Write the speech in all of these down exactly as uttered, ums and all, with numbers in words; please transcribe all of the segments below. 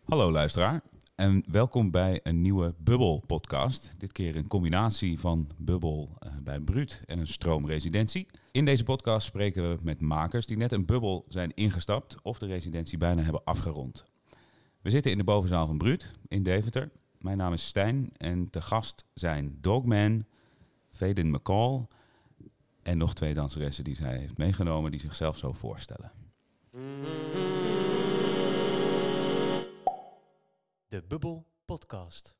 Hallo luisteraar en welkom bij een nieuwe Bubbel-podcast. Dit keer een combinatie van Bubbel uh, bij Bruut en een stroomresidentie. In deze podcast spreken we met makers die net een bubbel zijn ingestapt of de residentie bijna hebben afgerond. We zitten in de bovenzaal van Bruut in Deventer. Mijn naam is Stijn en te gast zijn Dogman, Vaden McCall en nog twee danseressen die zij heeft meegenomen die zichzelf zo voorstellen. De Bubbel Podcast.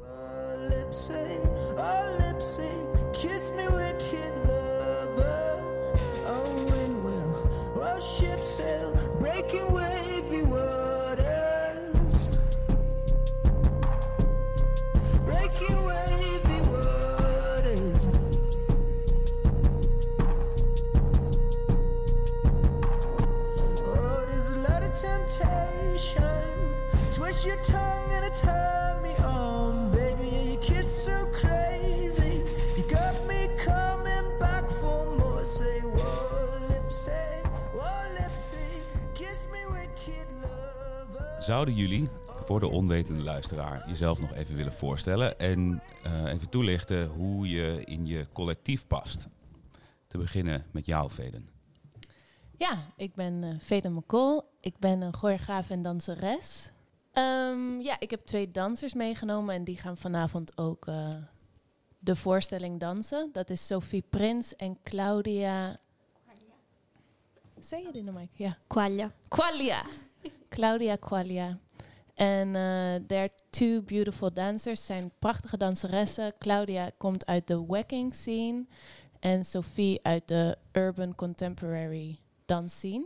Twist your tongue and it turn me on, baby. Your kiss so crazy. You got me coming back for more. Say, whoa, lipsy, whoa, lipsy. Kiss me wicked lover. Zouden jullie, voor de onwetende luisteraar, jezelf nog even willen voorstellen en uh, even toelichten hoe je in je collectief past? Te beginnen met jou, Vaden. Ja, ik ben uh, Vaden McCall. Ik ben een choreograaf en danseres. Um, ja, ik heb twee dansers meegenomen en die gaan vanavond ook uh, de voorstelling dansen. Dat is Sophie Prins en Claudia... Zeg je dit nou, Mike? Ja. Quaglia. Quaglia. Claudia Quaglia. En uh, they're two beautiful dancers. Zijn prachtige danseressen. Claudia komt uit de wacking scene en Sophie uit de urban contemporary dance scene.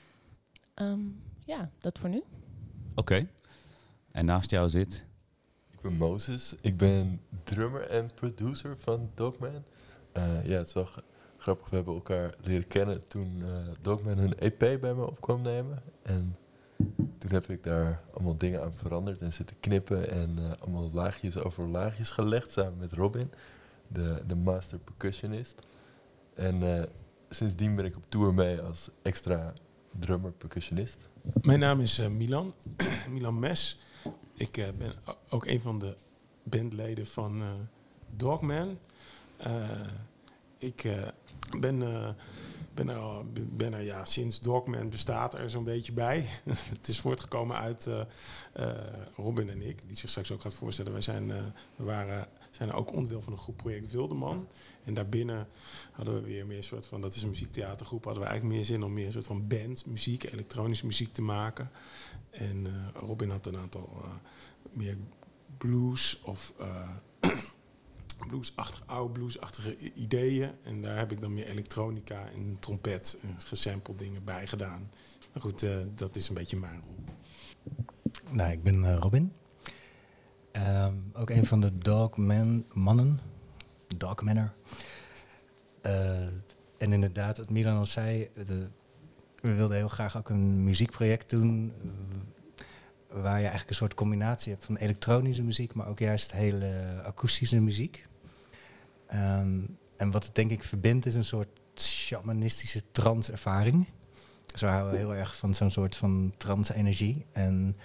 Um, ja, dat voor nu. Oké. Okay. En naast jou zit... Ik ben Moses. Ik ben drummer en producer van Dogman. Uh, ja, het is wel g- grappig. We hebben elkaar leren kennen toen uh, Dogman hun E P bij me op kwam nemen. En toen heb ik daar allemaal dingen aan veranderd en zitten knippen. En uh, allemaal laagjes over laagjes gelegd samen met Robin, de, de master percussionist. En uh, sindsdien ben ik op tour mee als extra drummer percussionist. Mijn naam is uh, Milan. Milan Mes. Ik uh, ben ook een van de bandleden van uh, Dogman. Uh, ik uh, ben, uh, ben er, al, ben er ja, sinds Dogman bestaat er zo'n beetje bij. Het is voortgekomen uit uh, uh, Robin en ik, die zich straks ook gaat voorstellen. Wij zijn, uh, we waren, zijn ook onderdeel van een groep Project Wildeman. En daarbinnen hadden we weer meer een soort van, dat is een muziektheatergroep, hadden we eigenlijk meer zin om meer een soort van band, muziek, elektronische muziek te maken. En uh, Robin had een aantal uh, meer blues of uh, bluesachtige, oude bluesachtige ideeën. En daar heb ik dan meer elektronica en trompet en gesampled dingen bij gedaan. Maar goed, uh, dat is een beetje mijn rol. Nou, ik ben uh, Robin. Um, ook een van de Dogman mannen. Dogmanner. Uh, en inderdaad, wat Milan al zei, de, we wilden heel graag ook een muziekproject doen uh, waar je eigenlijk een soort combinatie hebt van elektronische muziek, maar ook juist hele akoestische muziek. Um, en wat het denk ik verbindt is een soort shamanistische trance-ervaring. Zo houden we heel erg van zo'n soort van trance-energie. En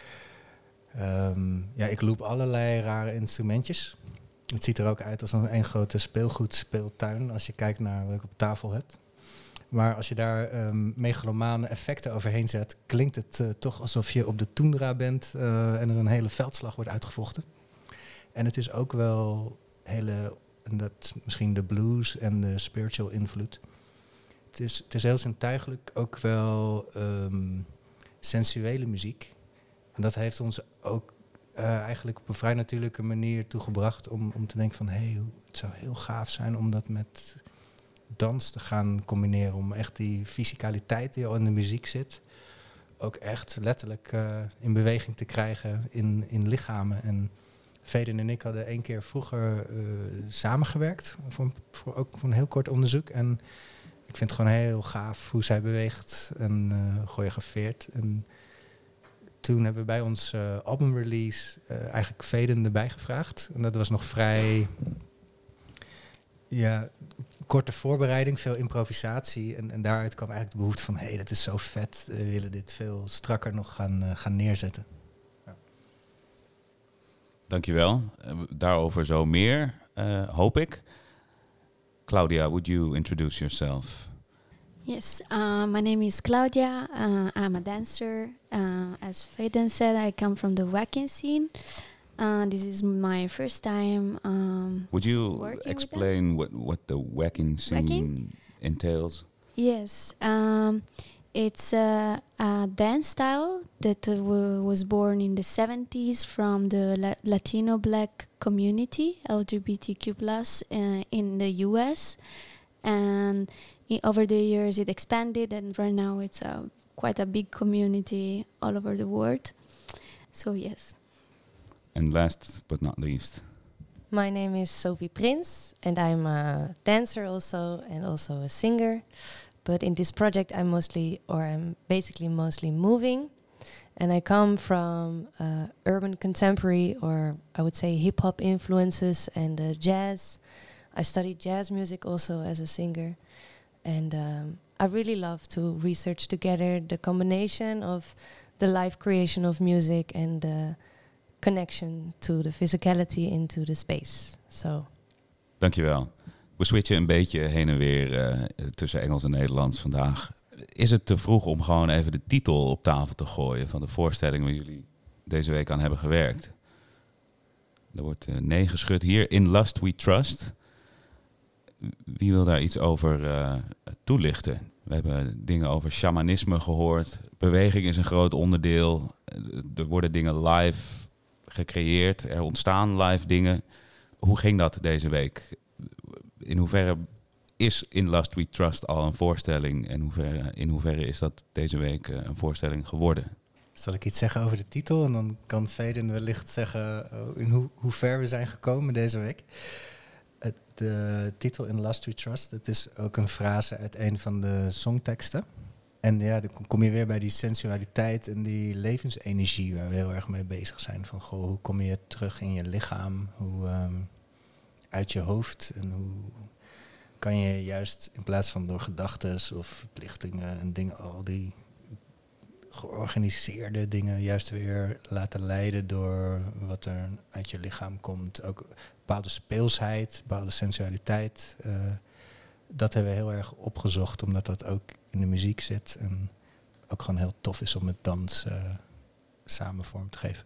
um, ja, ik loop allerlei rare instrumentjes. Het ziet er ook uit als een, een grote speelgoedspeeltuin als je kijkt naar wat ik op tafel heb. Maar als je daar um, megalomane effecten overheen zet, klinkt het uh, toch alsof je op de toendra bent uh, en er een hele veldslag wordt uitgevochten. En het is ook wel hele, en dat misschien de blues en de spiritual invloed. Het is, het is heel zintuigelijk ook wel um, sensuele muziek. En dat heeft ons ook uh, eigenlijk op een vrij natuurlijke manier toegebracht om, om te denken van, hé, hey, het zou heel gaaf zijn om dat met dans te gaan combineren. Om echt die fysicaliteit die al in de muziek zit, ook echt letterlijk uh, in beweging te krijgen in, in lichamen. En Vaden en ik hadden één keer vroeger uh, samengewerkt, voor, voor, ook voor een heel kort onderzoek. En ik vind het gewoon heel gaaf hoe zij beweegt en uh, choreografeert. En toen hebben we bij ons uh, albumrelease uh, eigenlijk Vaden erbij gevraagd. En dat was nog vrij ja, korte voorbereiding, veel improvisatie. En, en daaruit kwam eigenlijk de behoefte van, hé, hey, dat is zo vet. We willen dit veel strakker nog gaan, uh, gaan neerzetten. Ja. Dankjewel. Uh, daarover zo meer, uh, hoop ik. Claudia, would you introduce yourself? Yes, uh, my name is Claudia. Uh, I'm a dancer. Uh, as Faden said, I come from the whacking scene. Uh, this is my first time. Um, would you working explain what, what the whacking scene Whacking? entails? Yes, um, it's a, a dance style that uh, w- was born in the seventies from the La- Latino Black community, L G B T Q plus, uh, in the U S. And I- over the years it expanded, and right now it's a, quite a big community all over the world. So yes. And last but not least. My name is Sophie Prins, and I'm a dancer also, and also a singer. But in this project, I'm mostly, or I'm basically mostly moving. And I come from uh, urban contemporary, or I would say hip hop influences, and uh, jazz. I studied jazz music also as a singer. And um, I really love to research together the combination of the live creation of music and the connection to the physicality into the space. So. Dankjewel. We switchen een beetje heen en weer uh, tussen Engels en Nederlands vandaag. Is het te vroeg om gewoon even de titel op tafel te gooien van de voorstelling waar jullie deze week aan hebben gewerkt? Er wordt uh, nee geschud hier. In Lust We Trust. Wie wil daar iets over uh, toelichten? We hebben dingen over shamanisme gehoord. Beweging is een groot onderdeel. Er worden dingen live gecreëerd. Er ontstaan live dingen. Hoe ging dat deze week? In hoeverre is In Lust We Trust al een voorstelling? En hoeverre, in hoeverre is dat deze week uh, een voorstelling geworden? Zal ik iets zeggen over de titel? En dan kan Faden wellicht zeggen uh, in hoe, hoe ver we zijn gekomen deze week. Het, de titel In Lust We Trust, dat is ook een frase uit een van de songteksten. En ja, dan kom je weer bij die sensualiteit en die levensenergie waar we heel erg mee bezig zijn. Van goh, hoe kom je terug in je lichaam? Hoe um, uit je hoofd? En hoe kan je juist in plaats van door gedachtes of verplichtingen en dingen, al die georganiseerde dingen juist weer laten leiden door wat er uit je lichaam komt. Ook bepaalde speelsheid, bepaalde sensualiteit. Uh, dat hebben we heel erg opgezocht, omdat dat ook in de muziek zit. En ook gewoon heel tof is om met dans uh, samen vorm te geven.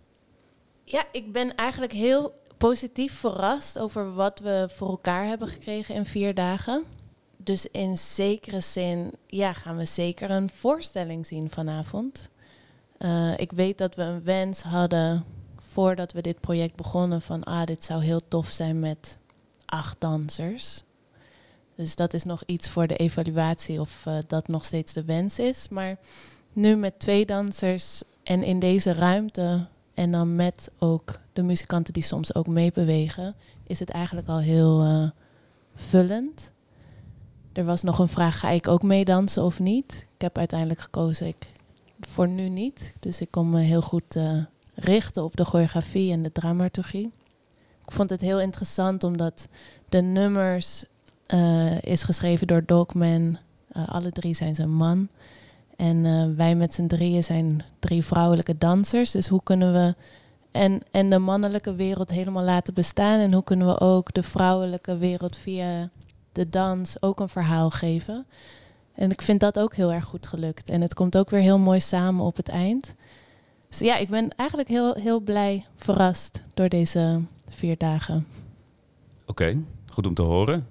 Ja, ik ben eigenlijk heel positief verrast over wat we voor elkaar hebben gekregen in vier dagen. Dus in zekere zin ja, gaan we zeker een voorstelling zien vanavond. Uh, ik weet dat we een wens hadden voordat we dit project begonnen van ah, dit zou heel tof zijn met acht dansers. Dus dat is nog iets voor de evaluatie of uh, dat nog steeds de wens is. Maar nu met twee dansers en in deze ruimte en dan met ook de muzikanten die soms ook meebewegen, is het eigenlijk al heel uh, vullend. Er was nog een vraag, ga ik ook meedansen of niet? Ik heb uiteindelijk gekozen, ik voor nu niet. Dus ik kon me heel goed uh, richten op de choreografie en de dramaturgie. Ik vond het heel interessant omdat de nummers uh, is geschreven door Dogman. Uh, alle drie zijn ze een man. En uh, wij met z'n drieën zijn drie vrouwelijke dansers. Dus hoe kunnen we en, en de mannelijke wereld helemaal laten bestaan? En hoe kunnen we ook de vrouwelijke wereld via de dans ook een verhaal geven? En ik vind dat ook heel erg goed gelukt. En het komt ook weer heel mooi samen op het eind. Dus ja, ik ben eigenlijk heel, heel blij verrast door deze vier dagen. Oké, okay, goed om te horen.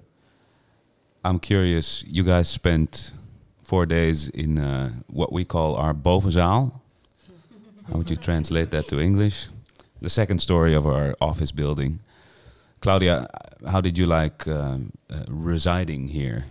I'm curious, you guys spent four days in uh, what we call our bovenzaal. How would you translate that to English? The second story of our office building. Claudia, how did you like uh, uh, residing here?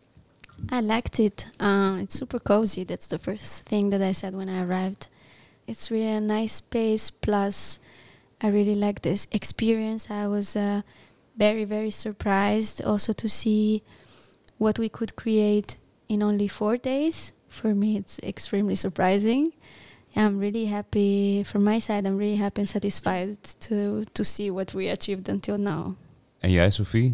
I liked it. Uh, it's super cozy. That's the first thing that I said when I arrived. It's really a nice space. Plus, I really like this experience. I was uh, very, very surprised also to see what we could create in only four days. For me, it's extremely surprising. I'm really happy, from my side, I'm really happy and satisfied to, to see what we achieved until now. En jij, Sophie?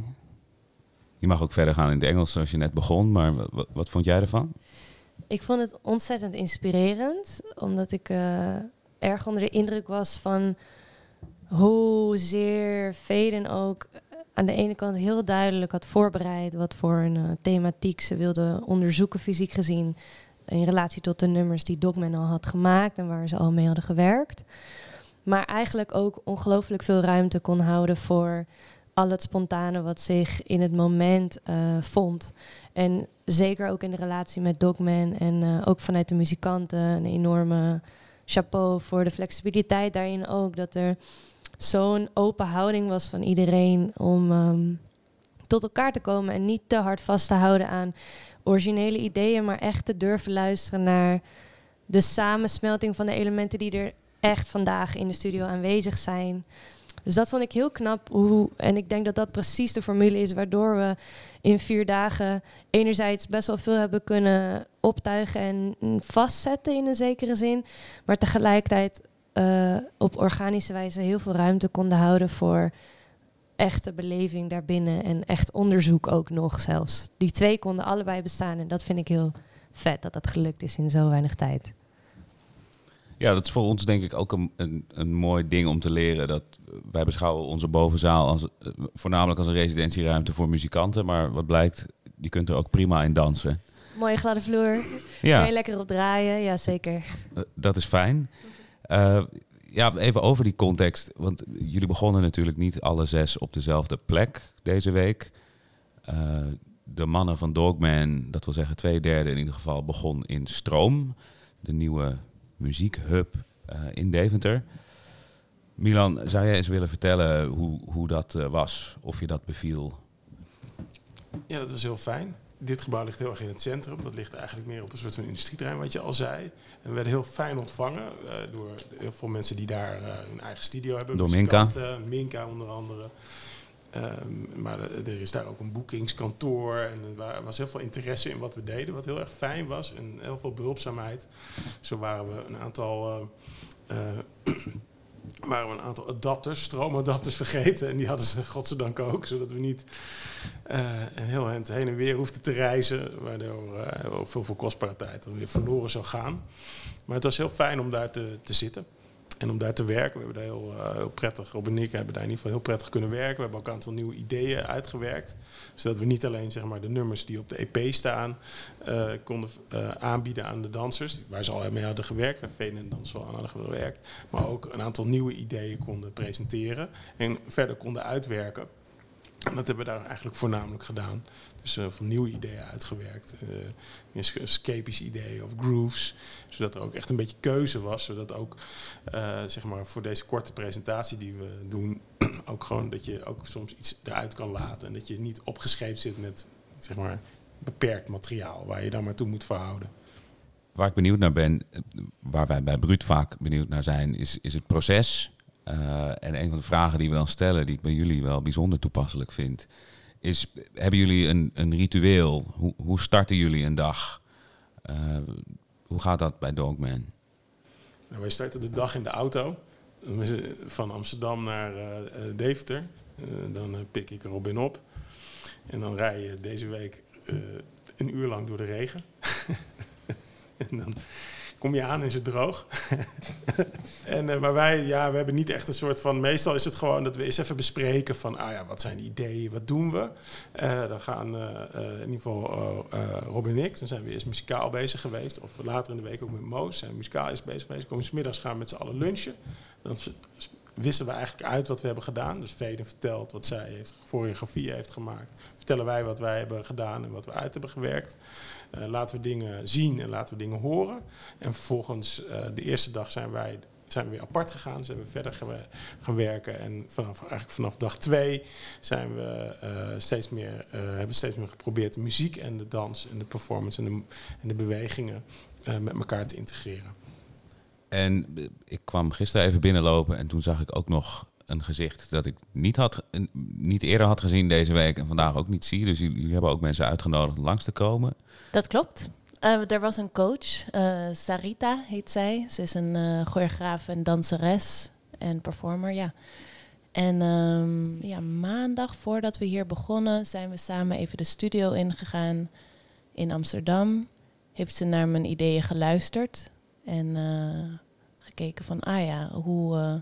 Je mag ook verder gaan in het Engels zoals je net begon, maar wat, wat vond jij ervan? Ik vond het ontzettend inspirerend, omdat ik uh, erg onder de indruk was van hoezeer Veden ook aan de ene kant heel duidelijk had voorbereid wat voor een uh, thematiek ze wilde onderzoeken, fysiek gezien, in relatie tot de nummers die Dogman al had gemaakt en waar ze al mee hadden gewerkt. Maar eigenlijk ook ongelooflijk veel ruimte kon houden voor al het spontane wat zich in het moment uh, vond. En zeker ook in de relatie met Dogman en uh, ook vanuit de muzikanten een enorme chapeau voor de flexibiliteit daarin ook. Dat er zo'n open houding was van iedereen om um, tot elkaar te komen en niet te hard vast te houden aan originele ideeën, maar echt te durven luisteren naar de samensmelting van de elementen die er echt vandaag in de studio aanwezig zijn. Dus dat vond ik heel knap. Hoe, en ik denk dat dat precies de formule is waardoor we in vier dagen enerzijds best wel veel hebben kunnen optuigen en vastzetten in een zekere zin, maar tegelijkertijd uh, op organische wijze heel veel ruimte konden houden voor echte beleving daarbinnen en echt onderzoek ook nog zelfs. Die twee konden allebei bestaan en dat vind ik heel vet dat dat gelukt is in zo weinig tijd. Ja, dat is voor ons denk ik ook een, een, een mooi ding om te leren. Dat wij beschouwen onze bovenzaal als, uh, voornamelijk als een residentieruimte voor muzikanten. Maar wat blijkt, je kunt er ook prima in dansen. Mooie gladde vloer. Ja. Kan je lekker op draaien, ja zeker. Uh, dat is fijn. Uh, ja, even over die context. Want jullie begonnen natuurlijk niet alle zes op dezelfde plek deze week. Uh, de mannen van Dogman, dat wil zeggen twee derde in ieder geval, begon in Stroom. De nieuwe muziekhub uh, in Deventer. Milan, zou jij eens willen vertellen hoe, hoe dat uh, was? Of je dat beviel? Ja, dat was heel fijn. Dit gebouw ligt heel erg in het centrum. Dat ligt eigenlijk meer op een soort van industrieterrein, wat je al zei. En we werden heel fijn ontvangen uh, door heel veel mensen die daar uh, hun eigen studio hebben. Door Minka. Minka onder andere. Um, maar uh, er is daar ook een boekingskantoor. En er was heel veel interesse in wat we deden, wat heel erg fijn was. En heel veel behulpzaamheid. Zo waren we een aantal... Uh, uh, waren we een aantal adapters, stroomadapters vergeten. En die hadden ze godzijdank ook, zodat we niet uh, een heel eind heen en weer hoefden te reizen, waardoor uh, ook veel, veel kostbare tijd dan weer verloren zou gaan. Maar het was heel fijn om daar te, te zitten en om daar te werken. We hebben daar heel, uh, heel prettig, Rob en ik hebben daar in ieder geval heel prettig kunnen werken. We hebben ook een aantal nieuwe ideeën uitgewerkt. Zodat we niet alleen zeg maar, de nummers die op de E P staan uh, konden uh, aanbieden aan de dansers, waar ze al mee hadden gewerkt, waar Veen en Dans al aan hadden gewerkt. Maar ook een aantal nieuwe ideeën konden presenteren en verder konden uitwerken. En dat hebben we daar eigenlijk voornamelijk gedaan. Dus uh, van nieuwe ideeën uitgewerkt. Uh, escapisch ideeën of grooves. Zodat er ook echt een beetje keuze was. Zodat ook uh, zeg maar voor deze korte presentatie die we doen, ook gewoon dat je ook soms iets eruit kan laten. En dat je niet opgescheept zit met zeg maar beperkt materiaal waar je dan maar toe moet verhouden. Waar ik benieuwd naar ben, waar wij bij Bruut vaak benieuwd naar zijn, is, is het proces. Uh, en een van de vragen die we dan stellen, die ik bij jullie wel bijzonder toepasselijk vind, is, hebben jullie een, een ritueel? Hoe, hoe starten jullie een dag? Uh, hoe gaat dat bij Dogman? Nou, wij starten de dag in de auto. Van Amsterdam naar uh, Deventer. Uh, dan uh, pik ik Robin op. En dan rij je deze week uh, een uur lang door de regen. En dan kom je aan en is het droog. en, uh, maar wij, ja, we hebben niet echt een soort van... Meestal is het gewoon dat we eens even bespreken van... Ah ja, wat zijn de ideeën, wat doen we? Uh, dan gaan uh, uh, in ieder geval uh, uh, Rob en ik... Dan zijn we eerst muzikaal bezig geweest. Of later in de week ook met Moos. Zijn muzikaal is bezig geweest. Komen 's middags gaan we met z'n allen lunchen. Dan wisselen we eigenlijk uit wat we hebben gedaan. Dus Veden vertelt wat zij heeft, choreografie heeft gemaakt. Vertellen wij wat wij hebben gedaan en wat we uit hebben gewerkt. Uh, laten we dingen zien en laten we dingen horen. En vervolgens, uh, de eerste dag zijn wij zijn we weer apart gegaan. Zijn we verder gaan, gaan werken. En vanaf, eigenlijk vanaf dag twee zijn we uh, steeds meer, uh, hebben we steeds meer geprobeerd de muziek en de dans en de performance en de, en de bewegingen uh, met elkaar te integreren. En ik kwam gisteren even binnenlopen en toen zag ik ook nog een gezicht dat ik niet, had, niet eerder had gezien deze week en vandaag ook niet zie. Dus jullie hebben ook mensen uitgenodigd om langs te komen. Dat klopt. Uh, er was een coach, uh, Sarita heet zij. Ze is een uh, choreograaf en danseres en performer, ja. En um, ja, maandag voordat we hier begonnen zijn we samen even de studio ingegaan in Amsterdam. Heeft ze naar mijn ideeën geluisterd en uh, gekeken van, ah ja, hoe, uh,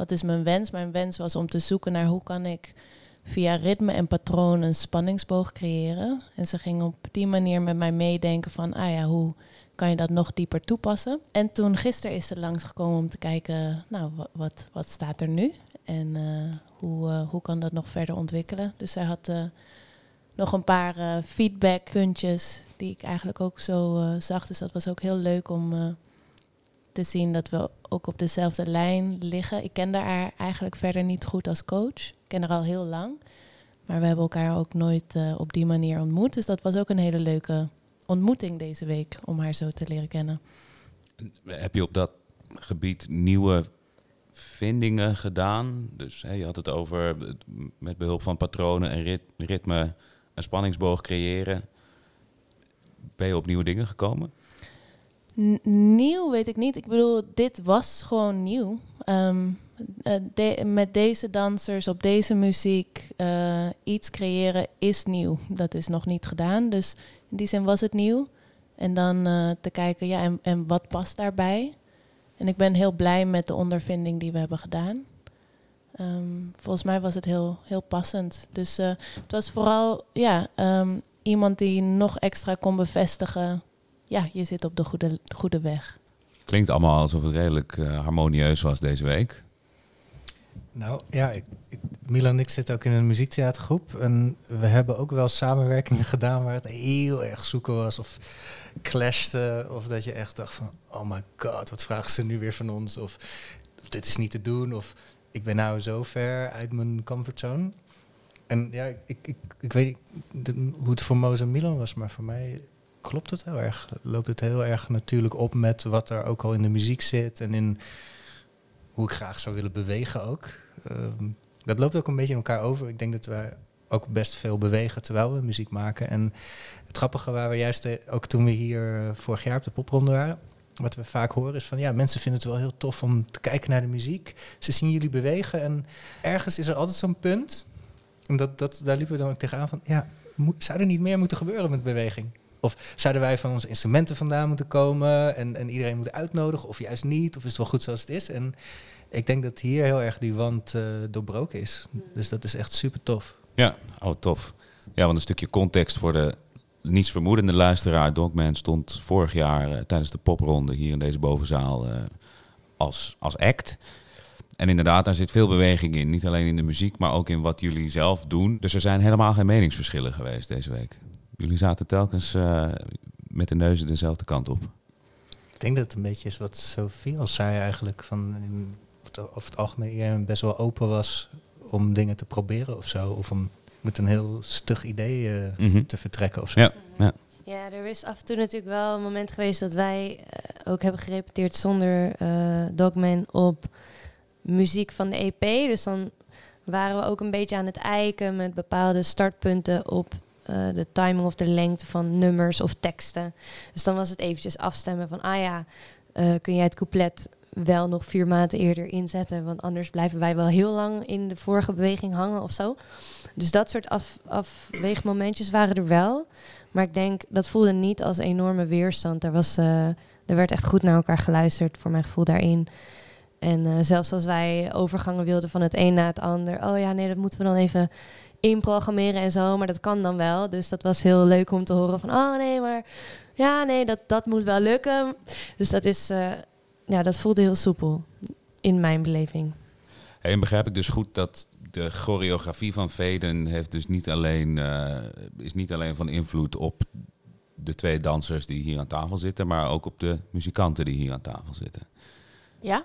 wat is mijn wens? Mijn wens was om te zoeken naar hoe kan ik via ritme en patroon een spanningsboog creëren. En ze ging op die manier met mij meedenken van, ah ja, hoe kan je dat nog dieper toepassen? En toen gisteren is ze langsgekomen om te kijken, nou, wat, wat, wat staat er nu? En uh, hoe, uh, hoe kan dat nog verder ontwikkelen? Dus zij had uh, nog een paar uh, feedbackpuntjes die ik eigenlijk ook zo uh, zag. Dus dat was ook heel leuk om uh, te zien dat we ook op dezelfde lijn liggen. Ik kende haar eigenlijk verder niet goed als coach. Ik ken haar al heel lang. Maar we hebben elkaar ook nooit uh, op die manier ontmoet. Dus dat was ook een hele leuke ontmoeting deze week om haar zo te leren kennen. Heb je op dat gebied nieuwe vindingen gedaan? Dus hè, je had het over met behulp van patronen en rit- ritme een spanningsboog creëren. Ben je op nieuwe dingen gekomen? N- nieuw weet ik niet. Ik bedoel, dit was gewoon nieuw. Um, uh, de- met deze dansers, op deze muziek, uh, iets creëren is nieuw. Dat is nog niet gedaan. Dus in die zin was het nieuw. En dan uh, te kijken, ja, en, en wat past daarbij? En ik ben heel blij met de ondervinding die we hebben gedaan. Um, volgens mij was het heel, heel passend. Dus uh, het was vooral ja, um, iemand die nog extra kon bevestigen, ja, je zit op de goede, goede weg. Klinkt allemaal alsof het redelijk uh, harmonieus was deze week. Nou ja, ik, ik, Milan en ik zitten ook in een muziektheatergroep. En we hebben ook wel samenwerkingen gedaan waar het heel erg zoeken was. Of clashte. Of dat je echt dacht van, oh my god, wat vragen ze nu weer van ons? Of dit is niet te doen. Of ik ben nou zo ver uit mijn comfortzone. En ja, ik, ik, ik, ik weet niet de, hoe het voor Moos en Milan was. Maar voor mij klopt het heel erg. Loopt het heel erg natuurlijk op met wat er ook al in de muziek zit. En in hoe ik graag zou willen bewegen ook. Um, dat loopt ook een beetje in elkaar over. Ik denk dat wij ook best veel bewegen terwijl we muziek maken. En het grappige waar we juist uh, ook toen we hier uh, vorig jaar op de popronde waren, wat we vaak horen is van ja, mensen vinden het wel heel tof om te kijken naar de muziek. Ze zien jullie bewegen en ergens is er altijd zo'n punt. En dat, dat, daar liepen we dan ook tegenaan van ja, mo- zou er niet meer moeten gebeuren met beweging? Of zouden wij van onze instrumenten vandaan moeten komen en, en iedereen moeten uitnodigen? Of juist niet? Of is het wel goed zoals het is? En ik denk dat hier heel erg die wand uh, doorbroken is. Dus dat is echt super tof. Ja, oh tof. Ja, want een stukje context voor de nietsvermoedende luisteraar. Dogman stond vorig jaar uh, tijdens de popronde hier in deze bovenzaal uh, als, als act. En inderdaad, daar zit veel beweging in. Niet alleen in de muziek, maar ook in wat jullie zelf doen. Dus er zijn helemaal geen meningsverschillen geweest deze week. Jullie zaten telkens uh, met de neuzen dezelfde kant op. Ik denk dat het een beetje is wat Sophie al zei eigenlijk. Van in, of het algemeen iedereen best wel open was om dingen te proberen of zo. Of om met een heel stug idee uh, mm-hmm. te vertrekken of zo. Ja, ja. Ja, er is af en toe natuurlijk wel een moment geweest dat wij uh, ook hebben gerepeteerd zonder uh, Dogman op muziek van de E P. Dus dan waren we ook een beetje aan het eiken met bepaalde startpunten op uh, de timing of de lengte van nummers of teksten. Dus dan was het eventjes afstemmen van, ah ja, uh, kun jij het couplet wel nog vier maanden eerder inzetten, want anders blijven wij wel heel lang in de vorige beweging hangen of zo. Dus dat soort af, afweegmomentjes waren er wel. Maar ik denk, dat voelde niet als enorme weerstand. Er, was, uh, er werd echt goed naar elkaar geluisterd, voor mijn gevoel daarin. En uh, zelfs als wij overgangen wilden van het een naar het ander. Oh ja, nee, dat moeten we dan even inprogrammeren en zo. Maar dat kan dan wel. Dus dat was heel leuk om te horen van, oh nee, maar ja, nee, dat, dat moet wel lukken. Dus dat is, uh, ja, dat voelde heel soepel in mijn beleving. Hey, en begrijp ik dus goed dat de choreografie van Veden heeft dus niet alleen, uh, is niet alleen van invloed op de twee dansers die hier aan tafel zitten, maar ook op de muzikanten die hier aan tafel zitten. Ja,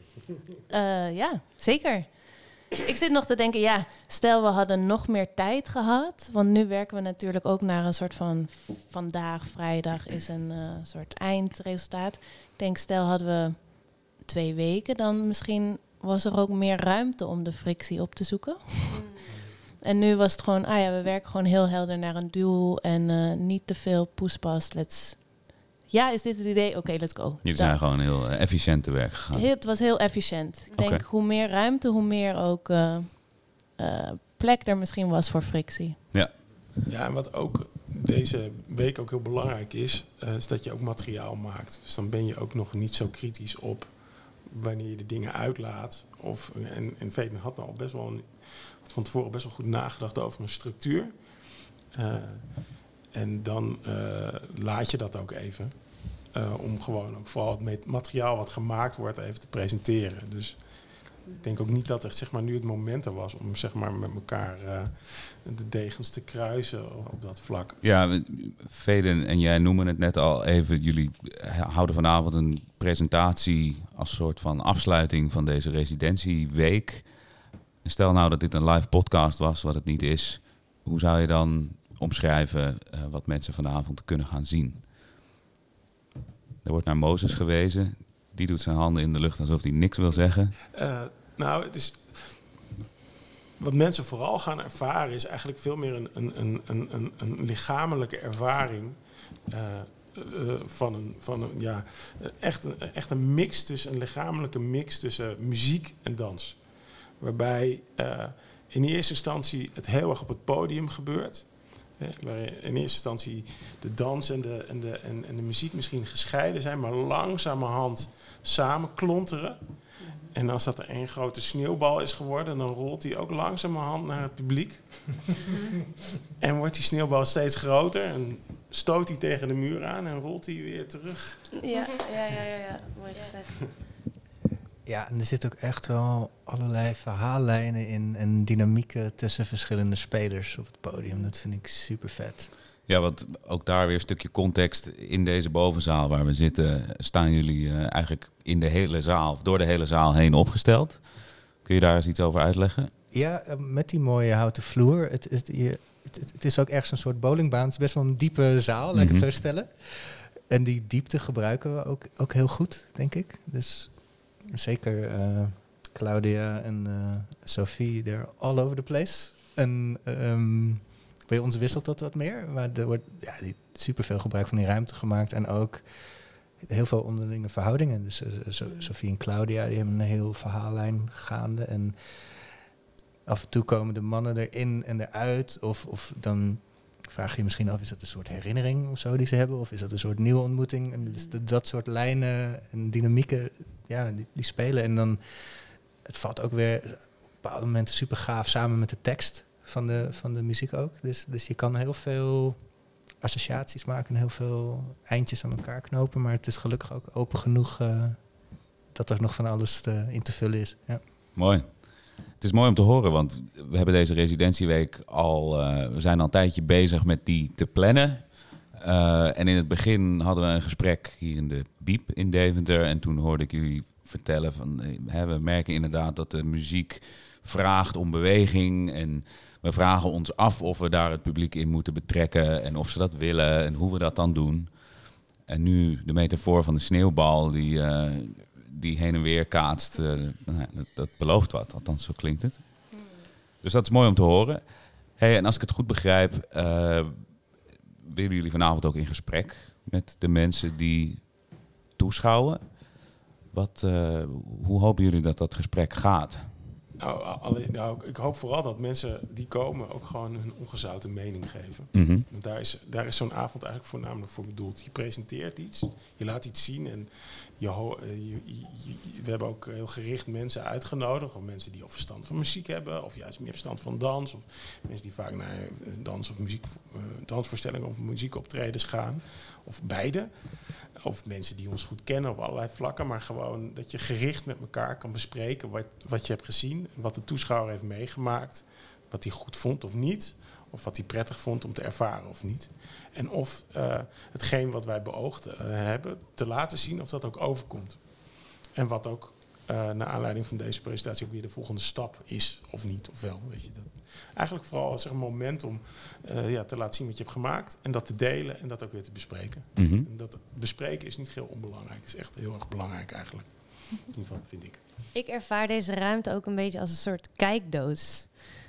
uh, ja, zeker. Ik zit nog te denken, ja, stel we hadden nog meer tijd gehad. Want nu werken we natuurlijk ook naar een soort van vandaag, vrijdag is een uh, soort eindresultaat. Ik denk, stel hadden we twee weken, dan misschien was er ook meer ruimte om de frictie op te zoeken. Mm. En nu was het gewoon, ah ja, we werken gewoon heel helder naar een doel en uh, niet te veel poespas. Let's Ja, is dit het idee? Oké, okay, let's go. Jullie zijn gewoon heel uh, efficiënt te werk gegaan. Heel, het was heel efficiënt. Ik okay. denk, hoe meer ruimte, hoe meer ook uh, uh, plek er misschien was voor frictie. Ja. Ja, en wat ook deze week ook heel belangrijk is, uh, is dat je ook materiaal maakt. Dus dan ben je ook nog niet zo kritisch op wanneer je de dingen uitlaat Of, en, en Fabian had nou al best wel een, had van tevoren best wel goed nagedacht over een structuur. Uh, en dan uh, laat je dat ook even. Uh, om gewoon ook vooral het materiaal wat gemaakt wordt even te presenteren. Dus ik denk ook niet dat er zeg maar, nu het moment er was om zeg maar, met elkaar uh, de degens te kruisen op dat vlak. Ja, Veden en jij noemen het net al even. Jullie houden vanavond een presentatie als soort van afsluiting van deze residentieweek. Stel nou dat dit een live podcast was, wat het niet is. Hoe zou je dan omschrijven uh, wat mensen vanavond kunnen gaan zien? Er wordt naar Mozes gewezen. Die doet zijn handen in de lucht alsof hij niks wil zeggen. Uh, nou, het is... Wat mensen vooral gaan ervaren is eigenlijk veel meer een, een, een, een, een lichamelijke ervaring. Uh, uh, van een, van een, ja, echt, een, echt een mix tussen, een lichamelijke mix tussen muziek en dans. Waarbij uh, in eerste instantie het heel erg op het podium gebeurt. Ja, waar in eerste instantie de dans en de, en, de, en, en de muziek misschien gescheiden zijn, maar langzamerhand samen klonteren. En als dat er één grote sneeuwbal is geworden, dan rolt die ook langzamerhand naar het publiek. En wordt die sneeuwbal steeds groter en stoot hij tegen de muur aan en rolt hij weer terug. Ja, ja, ja, ja, ja. Mooi gezegd. Ja, en er zitten ook echt wel allerlei verhaallijnen in en dynamieken tussen verschillende spelers op het podium. Dat vind ik super vet. Ja, want ook daar weer een stukje context. In deze bovenzaal waar we zitten staan jullie uh, eigenlijk in de hele zaal, of door de hele zaal heen opgesteld. Kun je daar eens iets over uitleggen? Ja, met die mooie houten vloer. Het, het, je, het, het is ook ergens een soort bowlingbaan. Het is best wel een diepe zaal, laat ik Mm-hmm. het zo stellen. En die diepte gebruiken we ook, ook heel goed, denk ik. Dus zeker uh, Claudia en uh, Sophie, they're all over the place. En um, bij ons wisselt dat wat meer. Maar er wordt ja, superveel gebruik van die ruimte gemaakt. En ook heel veel onderlinge verhoudingen. Dus uh, so- Sophie en Claudia, die hebben een heel verhaallijn gaande. En af en toe komen de mannen erin en eruit. Of, of dan vraag je je misschien af, is dat een soort herinnering of zo die ze hebben? Of is dat een soort nieuwe ontmoeting? En dus de, dat soort lijnen en dynamieken, ja, die, die spelen. En dan, het valt ook weer op bepaalde momenten super gaaf samen met de tekst van de, van de muziek ook. Dus, dus je kan heel veel associaties maken en heel veel eindjes aan elkaar knopen. Maar het is gelukkig ook open genoeg uh, dat er nog van alles te, in te vullen is. Ja. Mooi. Het is mooi om te horen, want we hebben deze residentieweek al, uh, we zijn al een tijdje bezig met die te plannen. Uh, en in het begin hadden we een gesprek hier in de Biep in Deventer. En toen hoorde ik jullie vertellen van, hè, we merken inderdaad dat de muziek vraagt om beweging. En we vragen ons af of we daar het publiek in moeten betrekken en of ze dat willen en hoe we dat dan doen. En nu de metafoor van de sneeuwbal die, uh, die heen en weer kaatst, uh, nou, dat, dat belooft wat, althans zo klinkt het. Dus dat is mooi om te horen. Hey, en als ik het goed begrijp, uh, willen jullie vanavond ook in gesprek met de mensen die toeschouwen. Wat, uh, hoe hopen jullie dat dat gesprek gaat? Nou, alleen, nou, ik hoop vooral dat mensen die komen ook gewoon hun ongezouten mening geven. Mm-hmm. Want daar is, daar is zo'n avond eigenlijk voornamelijk voor bedoeld. Je presenteert iets, je laat iets zien en je, ho- je, je, je, we hebben ook heel gericht mensen uitgenodigd. Of mensen die of verstand van muziek hebben, of juist meer verstand van dans. Of mensen die vaak naar dans- of muziek, uh, dansvoorstellingen of muziekoptredens gaan. Of beide. Of mensen die ons goed kennen op allerlei vlakken. Maar gewoon dat je gericht met elkaar kan bespreken wat, wat je hebt gezien. Wat de toeschouwer heeft meegemaakt. Wat hij goed vond of niet. Of wat hij prettig vond om te ervaren of niet. En of uh, hetgeen wat wij beoogd uh, hebben te laten zien of dat ook overkomt. En wat ook uh, naar aanleiding van deze presentatie ook weer de volgende stap is of niet. Of wel, weet je dat. Eigenlijk vooral zeg, een moment om uh, ja, te laten zien wat je hebt gemaakt. En dat te delen en dat ook weer te bespreken. Mm-hmm. En dat bespreken is niet heel onbelangrijk. Het is echt heel erg belangrijk eigenlijk. In ieder geval vind ik. Ik ervaar deze ruimte ook een beetje als een soort kijkdoos.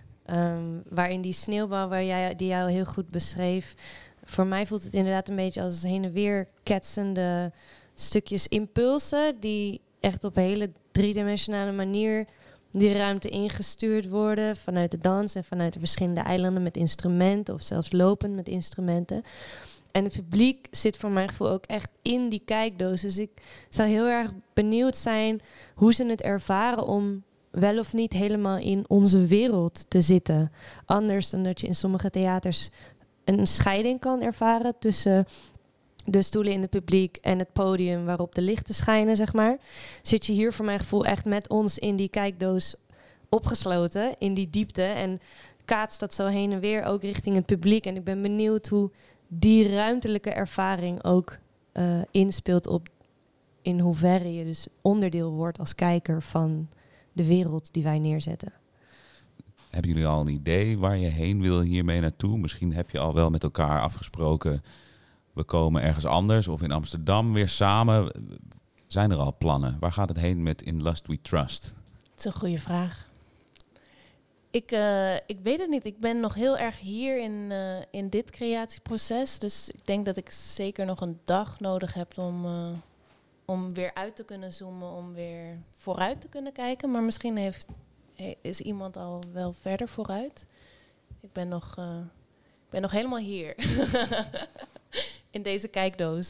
Um, waarin die sneeuwbal, waar jij, die jou heel goed beschreef. Voor mij voelt het inderdaad een beetje als heen en weer ketsende stukjes impulsen. Die echt op een hele driedimensionale manier die ruimte ingestuurd worden. Vanuit de dans en vanuit de verschillende eilanden met instrumenten. Of zelfs lopend met instrumenten. En het publiek zit voor mijn gevoel ook echt in die kijkdoos. Dus ik zou heel erg benieuwd zijn hoe ze het ervaren om wel of niet helemaal in onze wereld te zitten. Anders dan dat je in sommige theaters een scheiding kan ervaren tussen de stoelen in het publiek en het podium waarop de lichten schijnen, zeg maar. Zit je hier voor mijn gevoel echt met ons in die kijkdoos opgesloten, in die diepte. En kaatst dat zo heen en weer ook richting het publiek. En ik ben benieuwd hoe die ruimtelijke ervaring ook uh, inspeelt op in hoeverre je dus onderdeel wordt als kijker van de wereld die wij neerzetten. Hebben jullie al een idee waar je heen wil hiermee naartoe? Misschien heb je al wel met elkaar afgesproken, we komen ergens anders of in Amsterdam weer samen. Zijn er al plannen? Waar gaat het heen met In Lust We Trust? Dat is een goede vraag. Ik, uh, ik weet het niet. Ik ben nog heel erg hier in, uh, in dit creatieproces. Dus ik denk dat ik zeker nog een dag nodig heb om, uh, om weer uit te kunnen zoomen, om weer vooruit te kunnen kijken. Maar misschien heeft, is iemand al wel verder vooruit. Ik ben nog, uh, ik ben nog helemaal hier. In deze kijkdoos.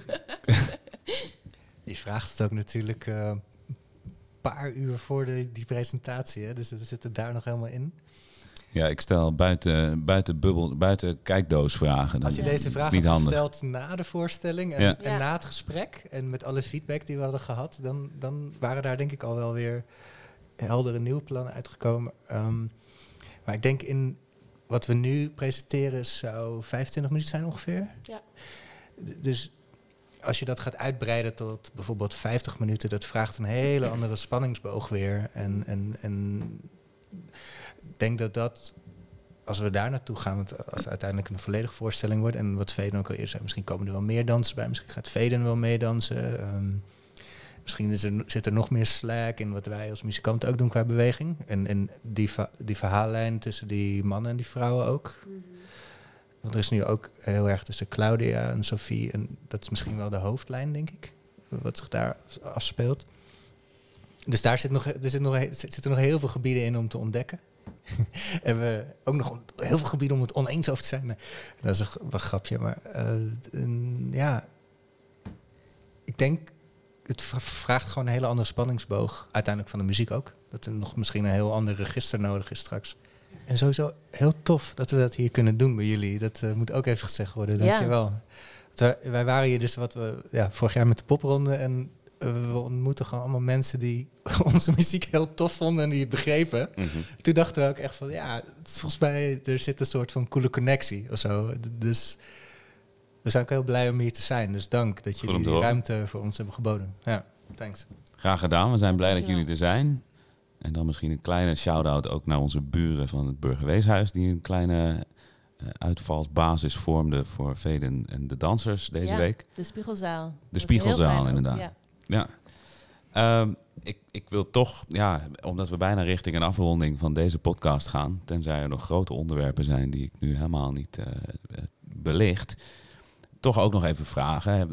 Je vraagt het ook natuurlijk een uh, paar uur voor de, die presentatie. Hè? Dus we zitten daar nog helemaal in. Ja, ik stel buiten, buiten, bubbel, buiten kijkdoosvragen. Als je Ja. deze vraag niet had handig. gesteld na de voorstelling en, Ja. en Ja. na het gesprek en met alle feedback die we hadden gehad, dan, dan waren daar denk ik al wel weer heldere nieuwe plannen uitgekomen. Um, maar ik denk in wat we nu presenteren zou vijfentwintig minuten zijn ongeveer. Ja. D- dus als je dat gaat uitbreiden tot bijvoorbeeld vijftig minuten, dat vraagt een hele andere spanningsboog weer. En, en, en ik denk dat dat, als we daar naartoe gaan, want als het uiteindelijk een volledige voorstelling wordt, en wat Veden ook al eerder zei, misschien komen er wel meer dansers bij, misschien gaat Veden wel meedansen. Um, misschien is er, zit er nog meer slack in wat wij als muzikanten ook doen qua beweging. En, en die, va- die verhaallijn tussen die mannen en die vrouwen ook. Mm-hmm. Want er is nu ook heel erg tussen Claudia en Sophie, en dat is misschien wel de hoofdlijn, denk ik, wat zich daar afspeelt. Dus daar zit nog, er zit nog, zitten nog heel veel gebieden in om te ontdekken. En we ook nog heel veel gebieden om het oneens over te zijn. Nee, dat is een, een grapje, maar uh, een, ja, ik denk, het vraagt gewoon een hele andere spanningsboog, uiteindelijk van de muziek ook. Dat er nog misschien een heel ander register nodig is straks. En sowieso heel tof dat we dat hier kunnen doen bij jullie. Dat uh, moet ook even gezegd worden, dankjewel. Ja. Wij, wij waren hier dus wat we ja, vorig jaar met de popronde en uh, we ontmoeten gewoon allemaal mensen die onze muziek heel tof vonden en die het begrepen. Mm-hmm. Toen dachten we ook echt van, ja, volgens mij er zit een soort van coole connectie of zo. Dus we zijn ook heel blij om hier te zijn. Dus dank dat jullie die ruimte voor ons hebben geboden. Ja, thanks. Graag gedaan. We zijn blij dat jullie er zijn. En dan misschien een kleine shout-out ook naar onze buren van het Burgerweeshuis, die een kleine uh, uitvalsbasis vormden voor Veden en de dansers deze ja, week. De Spiegelzaal. De Spiegelzaal, inderdaad. Ja. ja. Um, ik, ik wil toch, ja, omdat we bijna richting een afronding van deze podcast gaan, tenzij er nog grote onderwerpen zijn die ik nu helemaal niet uh, belicht, toch ook nog even vragen.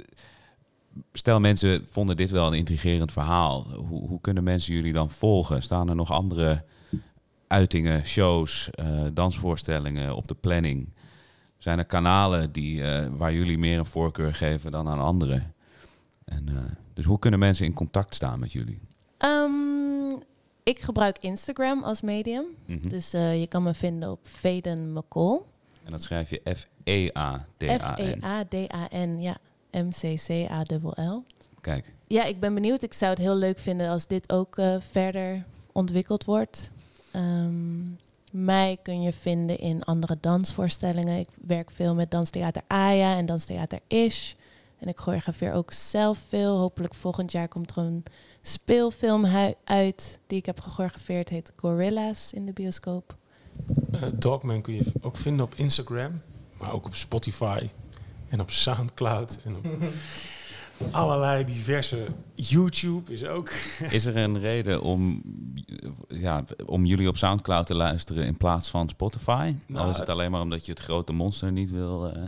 Stel, mensen vonden dit wel een intrigerend verhaal. Hoe, hoe kunnen mensen jullie dan volgen? Staan er nog andere uitingen, shows, uh, dansvoorstellingen op de planning? Zijn er kanalen die, uh, waar jullie meer een voorkeur geven dan aan anderen? En, uh, dus hoe kunnen mensen in contact staan met jullie? Um, ik gebruik Instagram als medium. Mm-hmm. Dus uh, je kan me vinden op Veden McCall. En dat schrijf je F E A D A N. F E A D A N, ja. M C C A L L. Kijk. Ja, ik ben benieuwd. Ik zou het heel leuk vinden als dit ook uh, verder ontwikkeld wordt. Um, mij kun je vinden in andere dansvoorstellingen. Ik werk veel met Danstheater Aya en Danstheater Ish. En ik choreografeer ook zelf veel. Hopelijk volgend jaar komt er een speelfilm hu- uit die ik heb gechoreografeerd. Heet Gorilla's in de bioscoop. Uh, Dogman kun je ook vinden op Instagram, maar ook op Spotify. En op Soundcloud. En op allerlei diverse YouTube is ook. Is er een reden om, ja, om jullie op Soundcloud te luisteren in plaats van Spotify? Nou, Al is het alleen maar omdat je het grote monster niet wil... Uh...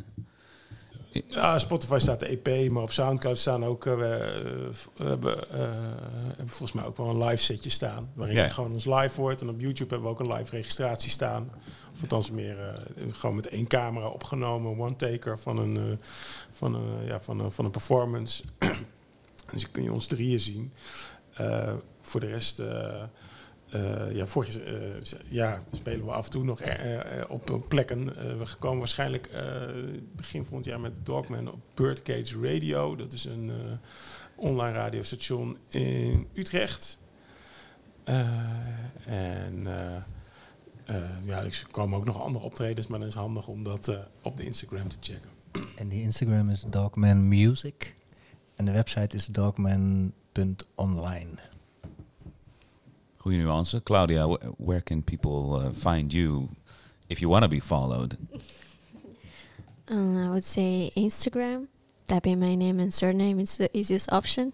Ja, Spotify staat de E P, maar op Soundcloud staan ook... Uh, we, we hebben, uh, hebben volgens mij ook wel een live setje staan. Waarin ja. je gewoon ons live hoort. En op YouTube hebben we ook een live registratie staan. Of althans meer uh, gewoon met één camera opgenomen. One-taker van een, uh, van een, ja, van een, van een performance. Dus dan kun je ons drieën zien. Uh, voor de rest... Uh, Uh, ja, vorig jaar uh, ja, spelen we af en toe nog uh, uh, op, op plekken. Uh, we komen waarschijnlijk uh, begin volgend jaar met Dogman op Birdcage Radio. Dat is een uh, online radiostation in Utrecht. Uh, en uh, uh, ja, er komen ook nog andere optredens, maar dan is het handig om dat uh, op de Instagram te checken. En die Instagram is Dogman Music. En de website is dogman punt online. Goeie nuance. Claudia, wh- where can people uh, find you if you want to be followed? Uh, I would say Instagram. Type in my name and surname. It's the easiest option.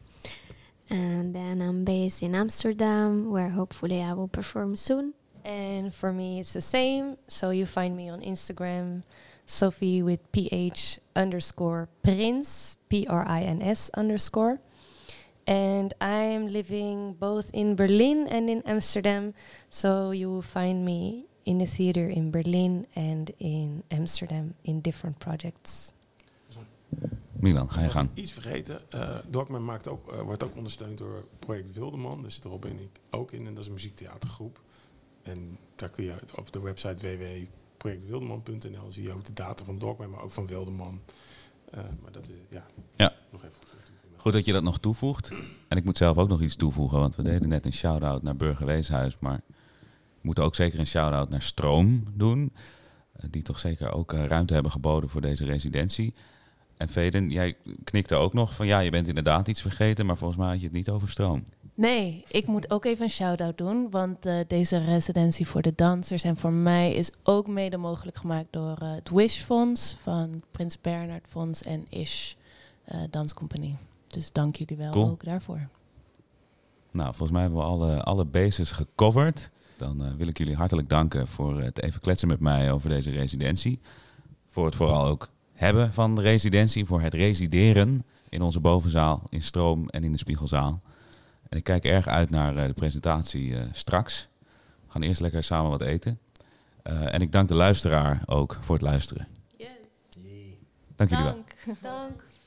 And then I'm based in Amsterdam, where hopefully I will perform soon. And for me, it's the same. So you find me on Instagram, Sophie with ph underscore Prins, P R I N S underscore. And I'm living both in Berlin and in Amsterdam. So you will find me in the theater in Berlin and in Amsterdam in different projects. Milan, ga je gang. Iets vergeten. Uh, Dogman maakt ook, uh, wordt ook ondersteund door Project Wildeman. Daar zit Robin en ik ook in. En dat is een muziektheatergroep. En daar kun je op de website w w w punt project wildeman punt n l zie je ook de data van Dogman, maar ook van Wildeman. Uh, maar dat is, ja, ja. nog even. Goed dat je dat nog toevoegt. En ik moet zelf ook nog iets toevoegen, want we deden net een shout-out naar Burgerweeshuis. Maar we moeten ook zeker een shout-out naar Stroom doen. Uh, die toch zeker ook uh, ruimte hebben geboden voor deze residentie. En Veden, jij knikte ook nog van ja, je bent inderdaad iets vergeten, maar volgens mij had je het niet over Stroom. Nee, ik moet ook even een shout-out doen, want uh, deze residentie voor de dansers en voor mij is ook mede mogelijk gemaakt door uh, het Wish Fonds van Prins Bernhard Fonds en Ish uh, Danscompagnie. Dus dank jullie wel cool. ook daarvoor. Nou, volgens mij hebben we alle, alle bases gecoverd. Dan uh, wil ik jullie hartelijk danken voor het even kletsen met mij over deze residentie. Voor het vooral ook hebben van de residentie, voor het resideren in onze bovenzaal, in Stroom en in de Spiegelzaal. En ik kijk erg uit naar uh, de presentatie uh, straks. We gaan eerst lekker samen wat eten. Uh, en ik dank de luisteraar ook voor het luisteren. Yes. Dank jullie wel. Dank. Dank.